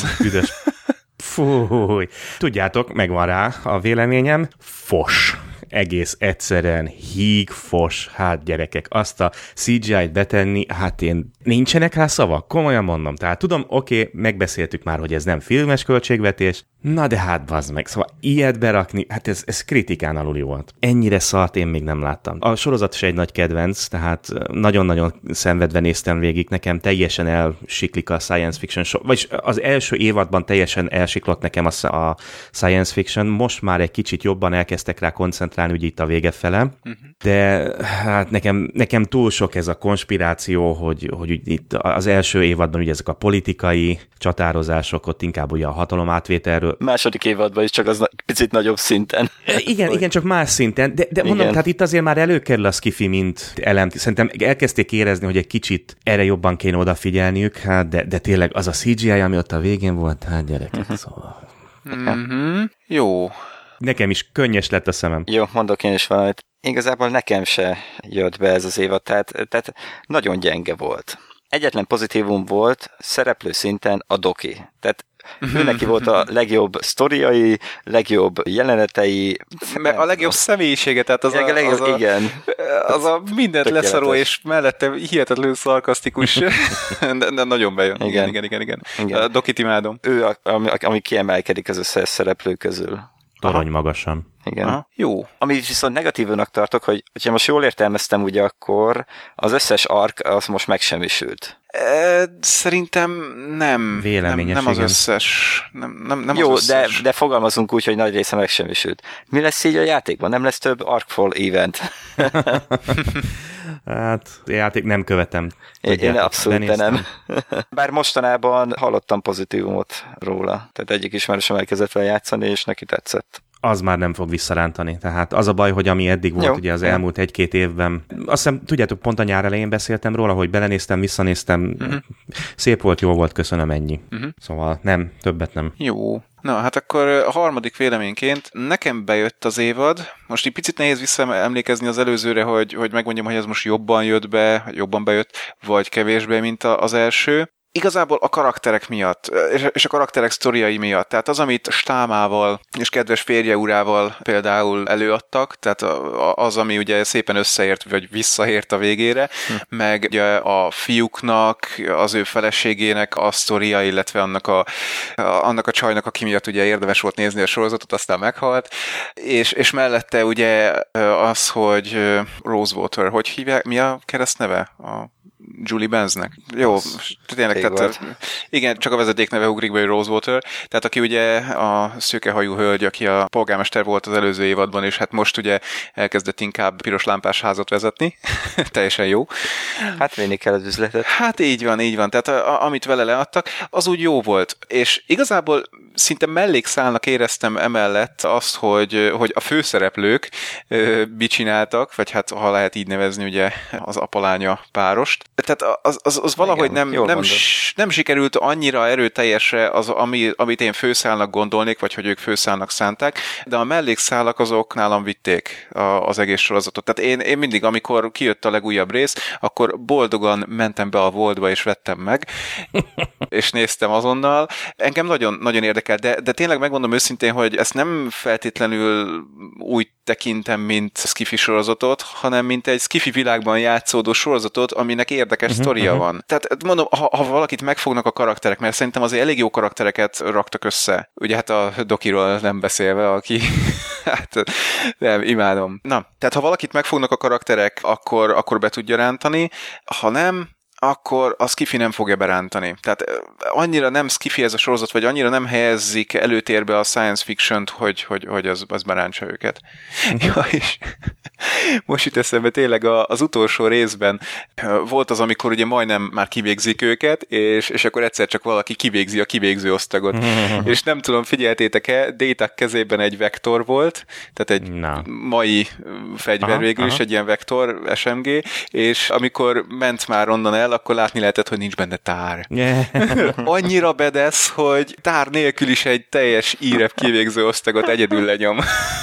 Fúj. Tudjátok, megvan rá a véleményem. Fos. Egész egyszerűen hígfos, hát gyerekek, azt a CGI-t betenni, hát én nincsenek rá szavak, komolyan mondom. Tehát tudom, oké, megbeszéltük már, hogy ez nem filmes költségvetés, na de hát bazd meg, szóval ilyet berakni, hát ez kritikán aluli volt. Ennyire szart én még nem láttam. A sorozat is egy nagy kedvenc, tehát nagyon-nagyon szenvedve néztem végig, nekem teljesen elsiklik a science fiction, vagyis az első évadban teljesen elsiklott nekem a science fiction, most már egy kicsit jobban elkezdtek rá koncentrálni, ugye itt a vége fele, de hát nekem túl sok ez a konspiráció, hogy itt az első évadban ugye ezek a politikai csatározások, ott inkább ugye a hatalom átvételről. Második évadban is csak az picit nagyobb szinten. Igen, csak más szinten, de mondom, tehát itt azért már előkerül a skifi, mint elem. Szerintem elkezdték érezni, hogy egy kicsit erre jobban kéne odafigyelniük, hát de tényleg az a CGI, ami ott a végén volt, hát gyerekek, szóval. Jó. Nekem is könnyes lett a szemem. Jó, mondok én is valamit. Igazából nekem se jött be ez az évad, tehát nagyon gyenge volt. Egyetlen pozitívum volt szereplő szinten a Doki. Tehát Ő neki volt a legjobb sztoriai, legjobb jelenetei. A legjobb személyisége, tehát igen. Az a mindent leszaró, és mellette hihetetlenül szarkasztikus. de nagyon bejön. Igen. A Dokit imádom. Ő, ami kiemelkedik az összes szereplő közül. Torony magasan. Igen. Aha. Jó. Amit viszont negatívnak tartok, hogyha most jól értelmeztem, ugye akkor az összes ark az most megsemmisült. Szerintem nem. Véleményes, nem az összes. Nem jó, az összes. De fogalmazunk úgy, hogy nagy része megsemmisült. Mi lesz így a játékban? Nem lesz több Arkfall event? Hát, játék nem követem. Én abszolút nem. Bár mostanában hallottam pozitívumot róla. Tehát egyik ismerősöm elkezdett vele játszani, és neki tetszett. Az már nem fog visszarántani. Tehát az a baj, hogy ami eddig volt, jó, ugye az elmúlt 1-2 évben. Azt hiszem, tudjátok, pont a nyár elején beszéltem róla, hogy belenéztem, visszanéztem. Szép volt, jó volt, köszönöm, ennyi. Szóval nem, többet nem. Jó. Na, hát akkor a harmadik véleményként nekem bejött az évad. Most egy picit nehéz visszaemlékezni az előzőre, hogy megmondjam, hogy ez most jobban bejött, vagy kevésbé, mint az első. Igazából a karakterek miatt, és a karakterek sztoriai miatt. Tehát az, amit Stámával és kedves férje urával például előadtak, tehát az, ami ugye szépen összeért, vagy visszaért a végére, meg ugye a fiúknak, az ő feleségének a sztoria, illetve annak a csajnak, aki miatt ugye érdemes volt nézni a sorozatot, aztán meghalt, és mellette ugye az, hogy Rosewater, hogy hívják, mi a keresztneve? A Julie Benznek. Jó, tényleg, tehát igen, csak a vezetékneve ugrik be, hogy Rosewater, tehát aki ugye a szőkehajú hölgy, aki a polgármester volt az előző évadban, és hát most ugye elkezdett inkább piros lámpás házat vezetni. Teljesen jó. Hát vinni kell az üzletet. Hát így van, tehát amit vele leadtak, az úgy jó volt, és igazából szinte mellékszálnak éreztem emellett azt, hogy a főszereplők mit csináltak, vagy hát ha lehet így nevezni ugye az apalánya párost. Tehát az valahogy nem sikerült annyira erőteljesre az, amit én főszálnak gondolnék, vagy hogy ők főszálnak szánták, de a mellékszálak azok nálam vitték az egész sorozatot. Tehát én mindig, amikor kijött a legújabb rész, akkor boldogan mentem be a Voltba és vettem meg, és néztem azonnal. Engem nagyon, nagyon érdekel, de tényleg megmondom őszintén, hogy ezt nem feltétlenül úgy tekintem, mint skifi sorozatot, hanem mint egy skifi világban játszódó sorozatot, aminek érdekes sztoria van. Tehát mondom, ha valakit megfognak a karakterek, mert szerintem azért elég jó karaktereket raktak össze. Ugye hát a Dokiról nem beszélve, aki hát nem, imádom. Na, tehát ha valakit megfognak a karakterek, akkor be tudja rántani, ha nem, akkor a skifi nem fogja berántani. Tehát annyira nem skifi ez a sorozat, vagy annyira nem helyezzik előtérbe a science fiction-t, hogy az berántsa őket. Ja, és most jut eszembe tényleg az utolsó részben volt az, amikor ugye majdnem már kivégzik őket, és akkor egyszer csak valaki kivégzi a kivégző osztagot. És nem tudom, figyeltétek-e, Data kezében egy vektor volt, tehát egy mai fegyver végül is, egy ilyen vektor SMG, és amikor ment már onnan el, akkor látni lehetett, hogy nincs benne tár. Annyira bedesz, hogy tár nélkül is egy teljes írebb kivégző osztagot egyedül lenyom.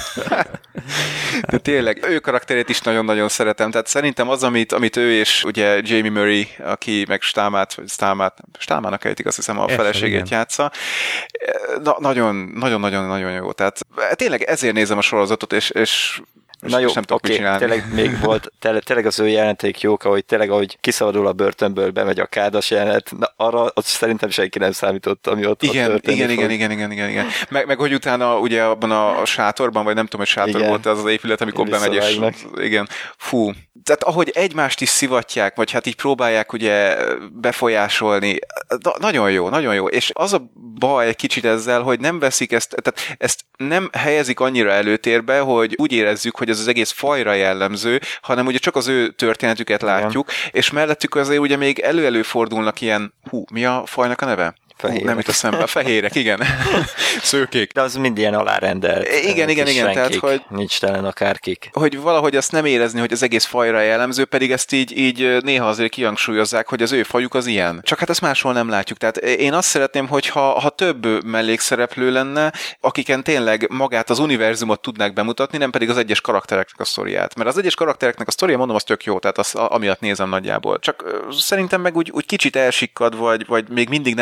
De tényleg, ő karakterét is nagyon-nagyon szeretem. Tehát szerintem az, amit ő és ugye Jamie Murray, aki meg Stámának ejtik, azt hiszem a feleségét játsza, nagyon-nagyon jó. Tehát tényleg ezért nézem a sorozatot, és na jó, nem tudok mit csinálni. Tényleg még volt, tényleg az ő jelenték jók, ahogy kiszabadul a börtönből, bemegy a kádas jelenet, na arra szerintem senki nem számított, ami ott történik. Igen. Meg hogy utána ugye abban a sátorban, vagy nem tudom, hogy sátor volt az épület, amikor bemegy, és igen, fú. Tehát ahogy egymást is szivatják, vagy hát így próbálják ugye befolyásolni, nagyon jó. És az a baj egy kicsit ezzel, hogy nem veszik ezt nem helyezik annyira előtérbe, hogy úgy érezzük, hogy ez az egész fajra jellemző, hanem ugye csak az ő történetüket látjuk, és mellettük azért ugye még elő-előfordulnak ilyen, mi a fajnak a neve? Nem jut eszembe. A fehérek, igen. Szőkék. De az mind ilyen alárendelt. Igen. Tehát, hogy nincs telen akárkik. Hogy valahogy azt nem érezni, hogy az egész fajra jellemző, pedig ezt így néha azért kihangsúlyozzák, hogy az ő fajuk az ilyen. Csak hát ezt máshol nem látjuk. Tehát én azt szeretném, hogy ha több mellékszereplő lenne, akiken tényleg magát az univerzumot tudnák bemutatni, nem pedig az egyes karaktereknek a sztoriát. Mert az egyes karaktereknek a sztoria, mondom, az tök jó, tehát amiatt nézem nagyjából. Csak szerintem meg úgy kicsit elsikkad, vagy még mindig nem került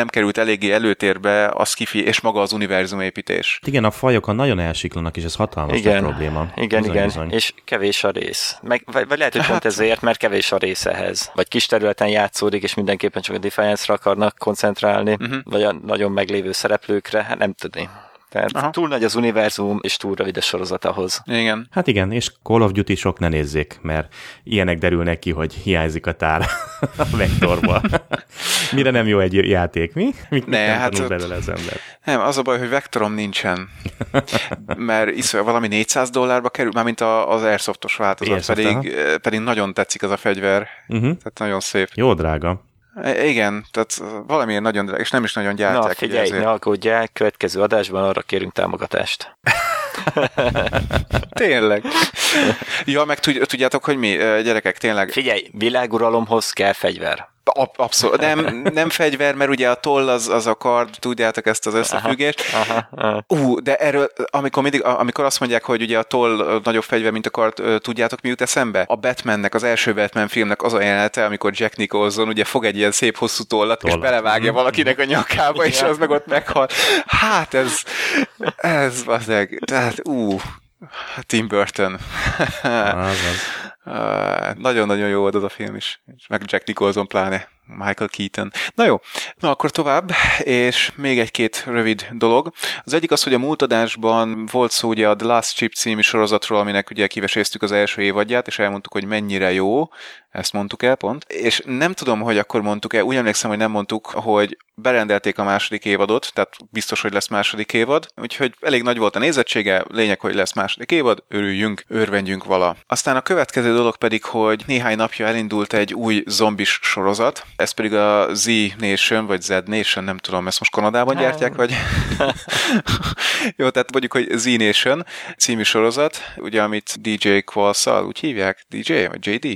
eléggé előtérbe a sci-fi és maga az univerzumépítés. Igen, a fajok nagyon elsiklanak, és ez hatalmas probléma. Igen, és kevés a rész. Vagy lehet, hogy pont ezért, mert kevés a rész ehhez. Vagy kis területen játszódik, és mindenképpen csak a Defiance-ra akarnak koncentrálni, vagy a nagyon meglévő szereplőkre, hát nem tudni. Tehát túl nagy az univerzum, és túl rövid a sorozat ahhoz. Igen. Hát igen, és Call of Duty sok ne nézzék, mert ilyenek derülnek ki, hogy hiányzik a tár a Vektorból. Mire nem jó egy játék, mi? Nem tanul belőle az ember. Nem, az a baj, hogy Vektorom nincsen. Mert valami $400 kerül, mármint az Airsoftos változat, pedig nagyon tetszik az a fegyver. Tehát nagyon szép. Jó drága. Igen, tehát valamilyen nagyon drága, és nem is nagyon gyártják. Na figyelj, ne aggódjál, következő adásban arra kérünk támogatást. Tényleg. Ja, meg tudjátok, hogy mi, gyerekek, tényleg. Figyelj, világuralomhoz kell fegyver. Abszolút. Nem fegyver, mert ugye a toll az a kard, tudjátok ezt az összefüggést. De erről, amikor azt mondják, hogy ugye a toll nagyobb fegyver, mint a kard, tudjátok mi jut eszembe? A Batmannek, az első Batman filmnek az a jelenete, amikor Jack Nicholson ugye fog egy ilyen szép hosszú tollat, és belevágja valakinek a nyakába, és az meg ott meghal. Hát ez vazdeg. Tehát, Tim Burton. Nagyon-nagyon jó volt az a film is. Meg Jack Nicholson pláne. Michael Keaton. Na jó, akkor tovább, és még egy-két rövid dolog. Az egyik az, hogy a múlt adásban volt szó ugye a The Last Ship című sorozatról, aminek ugye kiveséztük az első évadját, és elmondtuk, hogy mennyire jó, ezt mondtuk el pont, és nem tudom, hogy akkor mondtuk el, úgy emlékszem, hogy nem mondtuk, hogy berendelték a második évadot, tehát biztos, hogy lesz második évad, úgyhogy elég nagy volt a nézettsége, lényeg, hogy lesz második évad, örüljünk, örvendjünk vala. Aztán a következő dolog pedig, hogy néhány napja elindult egy új zombis sorozat, ez pedig a Z Nation, vagy Z Nation, nem tudom, ezt most Kanadában gyártják, vagy... Jó, tehát mondjuk, hogy Z Nation című sorozat, ugye, amit DJ Qualls-szal úgy hívják, DJ, vagy JD?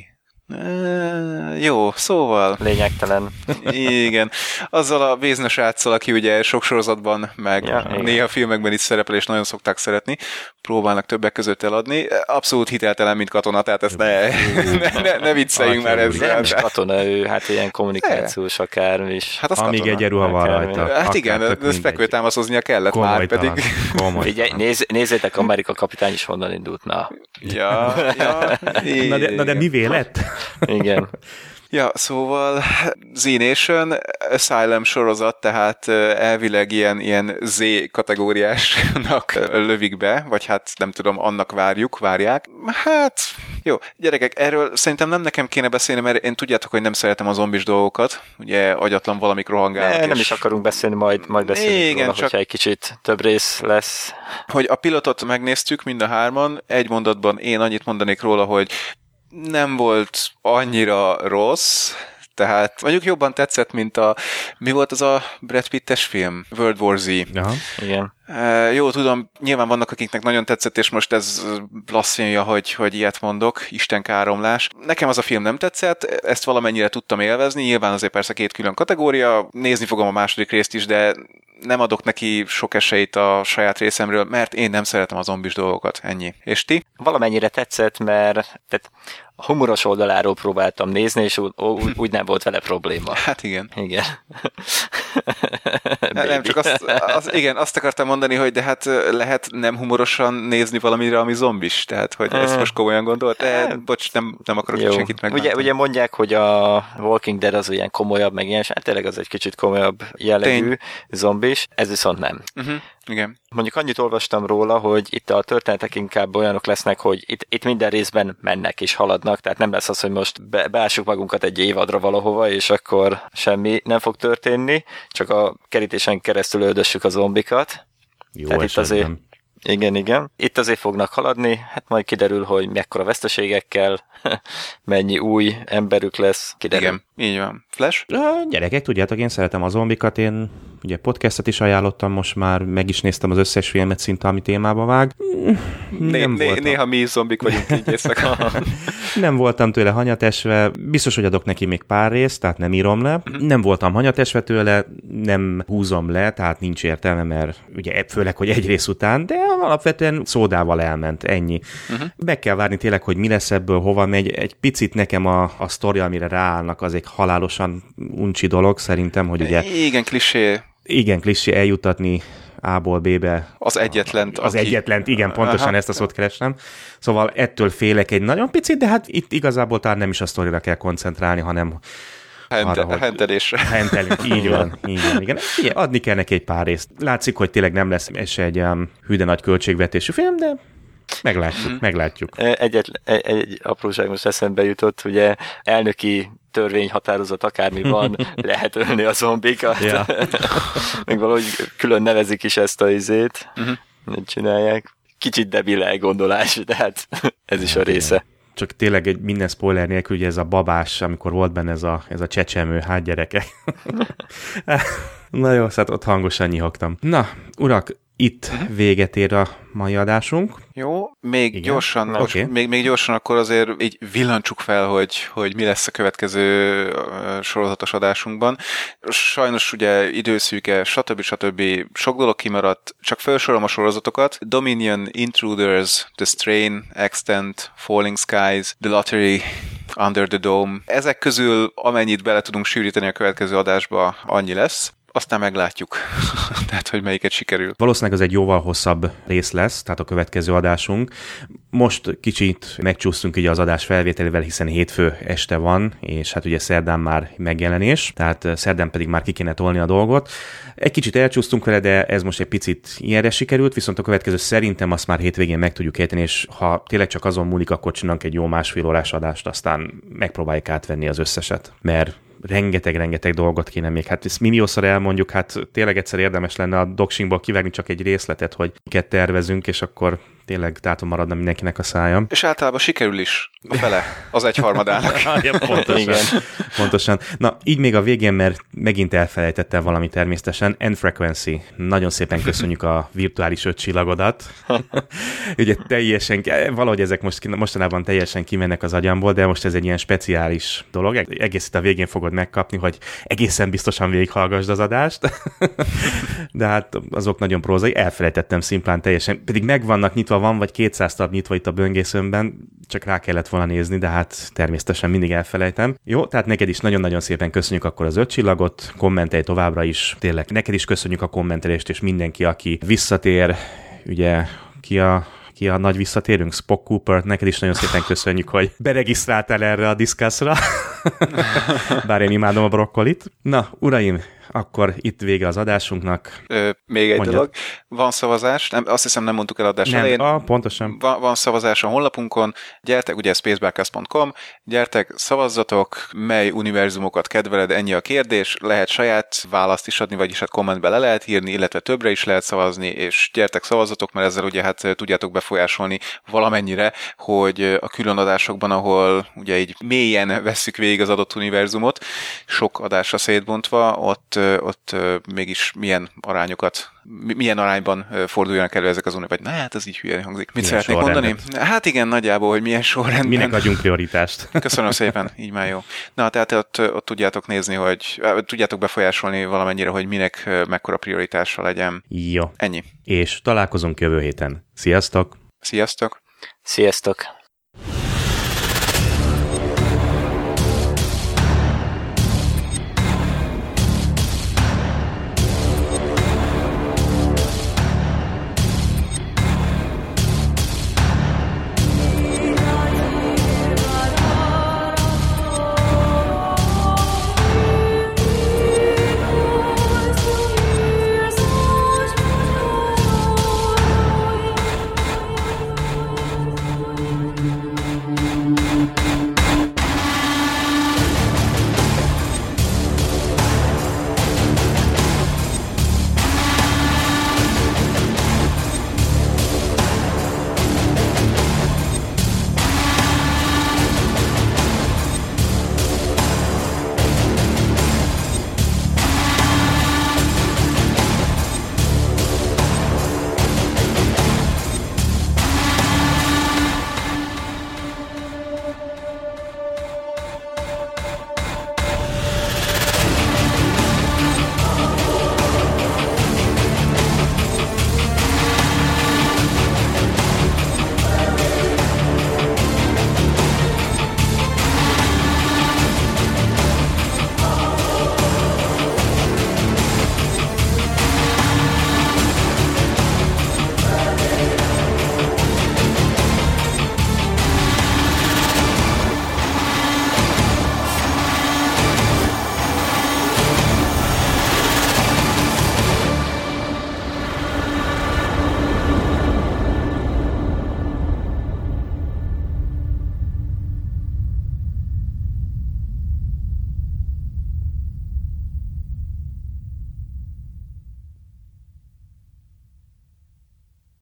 Jó, szóval... Lényegtelen. Igen. Azzal a véznes sráccal, aki ugye sok sorozatban, meg néha filmekben is szerepel, és nagyon szokták szeretni, próbálnak többek között eladni. Abszolút hiteltelen, mint katona, tehát ezt ne vicceljünk már ezzel. Nem is katona ő, hát ilyen kommunikációs akármi is. Hát amíg egy ruha van rajta. Hát igen, ezt fekvőtámaszhoznia kellett már, pedig... Figyelj, nézzétek, Amerika kapitány is honnan indult, na. Ja. Na de mivé lett? Igen. Ja, szóval Z-Nation Asylum sorozat, tehát elvileg ilyen Z kategóriásnak lövik be, vagy hát nem tudom, annak várják. Hát, jó, gyerekek, erről szerintem nem nekem kéne beszélni, mert én tudjátok, hogy nem szeretem a zombis dolgokat, ugye agyatlan valamik rohangálnak. Nem is akarunk beszélni, majd beszélünk róla, hogyha egy kicsit több rész lesz. Hogy a pilotot megnéztük mind a hárman, egy mondatban én annyit mondanék róla, hogy nem volt annyira rossz, tehát mondjuk jobban tetszett, mint mi volt az a Brad Pitt-es film? World War Z. Aha. Igen. Jó, tudom, nyilván vannak, akiknek nagyon tetszett, és most ez blaszfémia, hogy ilyet mondok, istenkáromlás. Nekem az a film nem tetszett, ezt valamennyire tudtam élvezni, nyilván azért persze két külön kategória, nézni fogom a második részt is, de nem adok neki sok esélyt a saját részemről, mert én nem szeretem a zombis dolgokat, ennyi. És ti? Valamennyire tetszett, mert a humoros oldaláról próbáltam nézni, és úgy nem volt vele probléma. Hát igen. Igen. Nem, csak azt akartam mondani, hogy de hát lehet nem humorosan nézni valamire, ami zombis, tehát hogy ezt most komolyan gondolt, de bocs, nem akarok senkit megbántani. Ugye mondják, hogy a Walking Dead az ilyen komolyabb, meg ilyen, hát tényleg az egy kicsit komolyabb jellegű zombis, ez viszont nem. Igen. Mondjuk annyit olvastam róla, hogy itt a történetek inkább olyanok lesznek, hogy itt minden részben mennek és haladnak, tehát nem lesz az, hogy most beássuk magunkat egy évadra valahova, és akkor semmi nem fog történni, csak a kerítésen keresztül öldössük a zombikat. Jó, tehát itt azért, igen. Itt azért fognak haladni, hát majd kiderül, hogy mekkora veszteségekkel, mennyi új emberük lesz, kiderül. Igen, így van. Flash? Gyerekek, tudjátok, én szeretem a zombikat, én ugye podcastet is ajánlottam, most már meg is néztem az összes filmet szinte, ami témába vág. Néha mi is zombik vagyunk így éjszaka. Nem voltam tőle hanyatesve, biztos, hogy adok neki még pár részt, tehát nem írom le. Nem voltam hanyatesve tőle, nem húzom le, tehát nincs értelme, mert ugye főleg, hogy egy rész után, de alapvetően szódával elment, ennyi. Meg kell várni tényleg, hogy mi lesz ebből, hova megy. Egy picit nekem a sztori, amire ráállnak, az egy halálosan uncsi dolog, szerintem, hogy ugye... Igen, klisé. Igen, klisé eljutatni A-ból B-be. Az egyetlent. Az egyetlent, igen, pontosan ezt a szót kerestem. Szóval ettől félek egy nagyon picit, de hát itt igazából talán nem is a sztorira kell koncentrálni, hanem hentelésre. Hentelünk, így van, igen. Ugye, adni kell neki egy pár részt. Látszik, hogy tényleg nem lesz se egy hű de nagy költségvetésű film, de meglátjuk. Egy apróság most eszembe jutott, ugye elnöki törvényhatározat akármi van, lehet ölni a zombikat. Ja. Meg valahogy külön nevezik is ezt a izét, csinálják. Kicsit debil elgondolás, de hát ez is a része. Csak tényleg egy minden spoiler nélkül, ugye ez a babás, amikor volt benne ez a csecsemő, hát gyerekek. Na jó, szóval ott hangosan nyihogtam. Na, urak, itt véget ér a mai adásunk. Jó, még gyorsan, még gyorsan akkor azért így villancsuk fel, hogy mi lesz a következő sorozatos adásunkban. Sajnos ugye időszűke, stb. Sok dolog kimaradt, csak felsorolom a sorozatokat. Dominion, Intruders, The Strain, Extent, Falling Skies, The Lottery, Under the Dome. Ezek közül amennyit bele tudunk sűríteni a következő adásba, annyi lesz. Aztán meglátjuk, tehát, hogy melyiket sikerül. Valószínűleg az egy jóval hosszabb rész lesz, tehát a következő adásunk. Most kicsit megcsúsztunk ugye az adás felvételével, hiszen hétfő este van, és hát ugye szerdán már megjelenés, tehát szerdán pedig már ki kéne tolni a dolgot. Egy kicsit elcsúsztunk vele, de ez most egy picit ilyenre sikerült, viszont a következő szerintem azt már hétvégén meg tudjuk ejteni, és ha tényleg csak azon múlik, akkor csinálunk egy jó másfél órás adást, aztán megpróbáljuk átvenni az összeset, mert rengeteg dolgot kéne még. Hát ezt milliószor elmondjuk, hát tényleg egyszer érdemes lenne a doxingból kivágni csak egy részletet, hogy miket tervezünk, és akkor tényleg táton maradna mindenkinek a szája. És általában sikerül is a fele, az egyharmadának. Ja, pontosan. Na, így még a végén, mert megint elfelejtettem valami természetesen. End Frequency. Nagyon szépen köszönjük a virtuális 5 csillagodat. Ugye teljesen, valahogy ezek mostanában teljesen kimennek az agyamból, de most ez egy ilyen speciális dolog. Egész itt a végén fogod megkapni, hogy egészen biztosan végighallgasd az adást. De hát azok nagyon prózai. Elfelejtettem szimplán teljesen. Pedig megvannak nyitva, van, vagy 200 tab nyitva itt a böngészőmben, csak rá kellett volna nézni, de hát természetesen mindig elfelejtem. Jó, tehát neked is nagyon-nagyon szépen köszönjük akkor az 5 csillagot, kommentelj továbbra is, tényleg neked is köszönjük a kommentelést, és mindenki, aki visszatér, ugye ki a nagy visszatérünk, Spock Cooper, neked is nagyon szépen köszönjük, hogy beregisztráltál erre a Discussra, bár én imádom a brokkolit. Na, uraim, akkor itt vége az adásunknak. Még egy dolog. Van szavazás, azt hiszem nem mondtuk el adás elején. Pontosan. Van szavazás a honlapunkon. Gyertek, ugye spacebarcast.com, gyertek, szavazzatok, mely univerzumokat kedveled, ennyi a kérdés. Lehet saját választ is adni, vagyis hát kommentbe le lehet írni, illetve többre is lehet szavazni, és gyertek, szavazzatok, mert ezzel ugye hát tudjátok befolyásolni valamennyire, hogy a külön adásokban, ahol ugye így mélyen vesszük végig az adott univerzumot, sok adásra szétbontva, ott mégis milyen arányban forduljanak elő ezek az vagy hát ez így hülyen hangzik. Mit szeretnék mondani? Hát igen, nagyjából, hogy milyen sorrendben. Minek adjunk prioritást? Köszönöm szépen, így már jó. Na, tehát ott tudjátok nézni, hogy tudjátok befolyásolni valamennyire, hogy minek mekkora prioritása legyen. Jó. Ennyi. És találkozunk jövő héten. Sziasztok! Sziasztok! Sziasztok!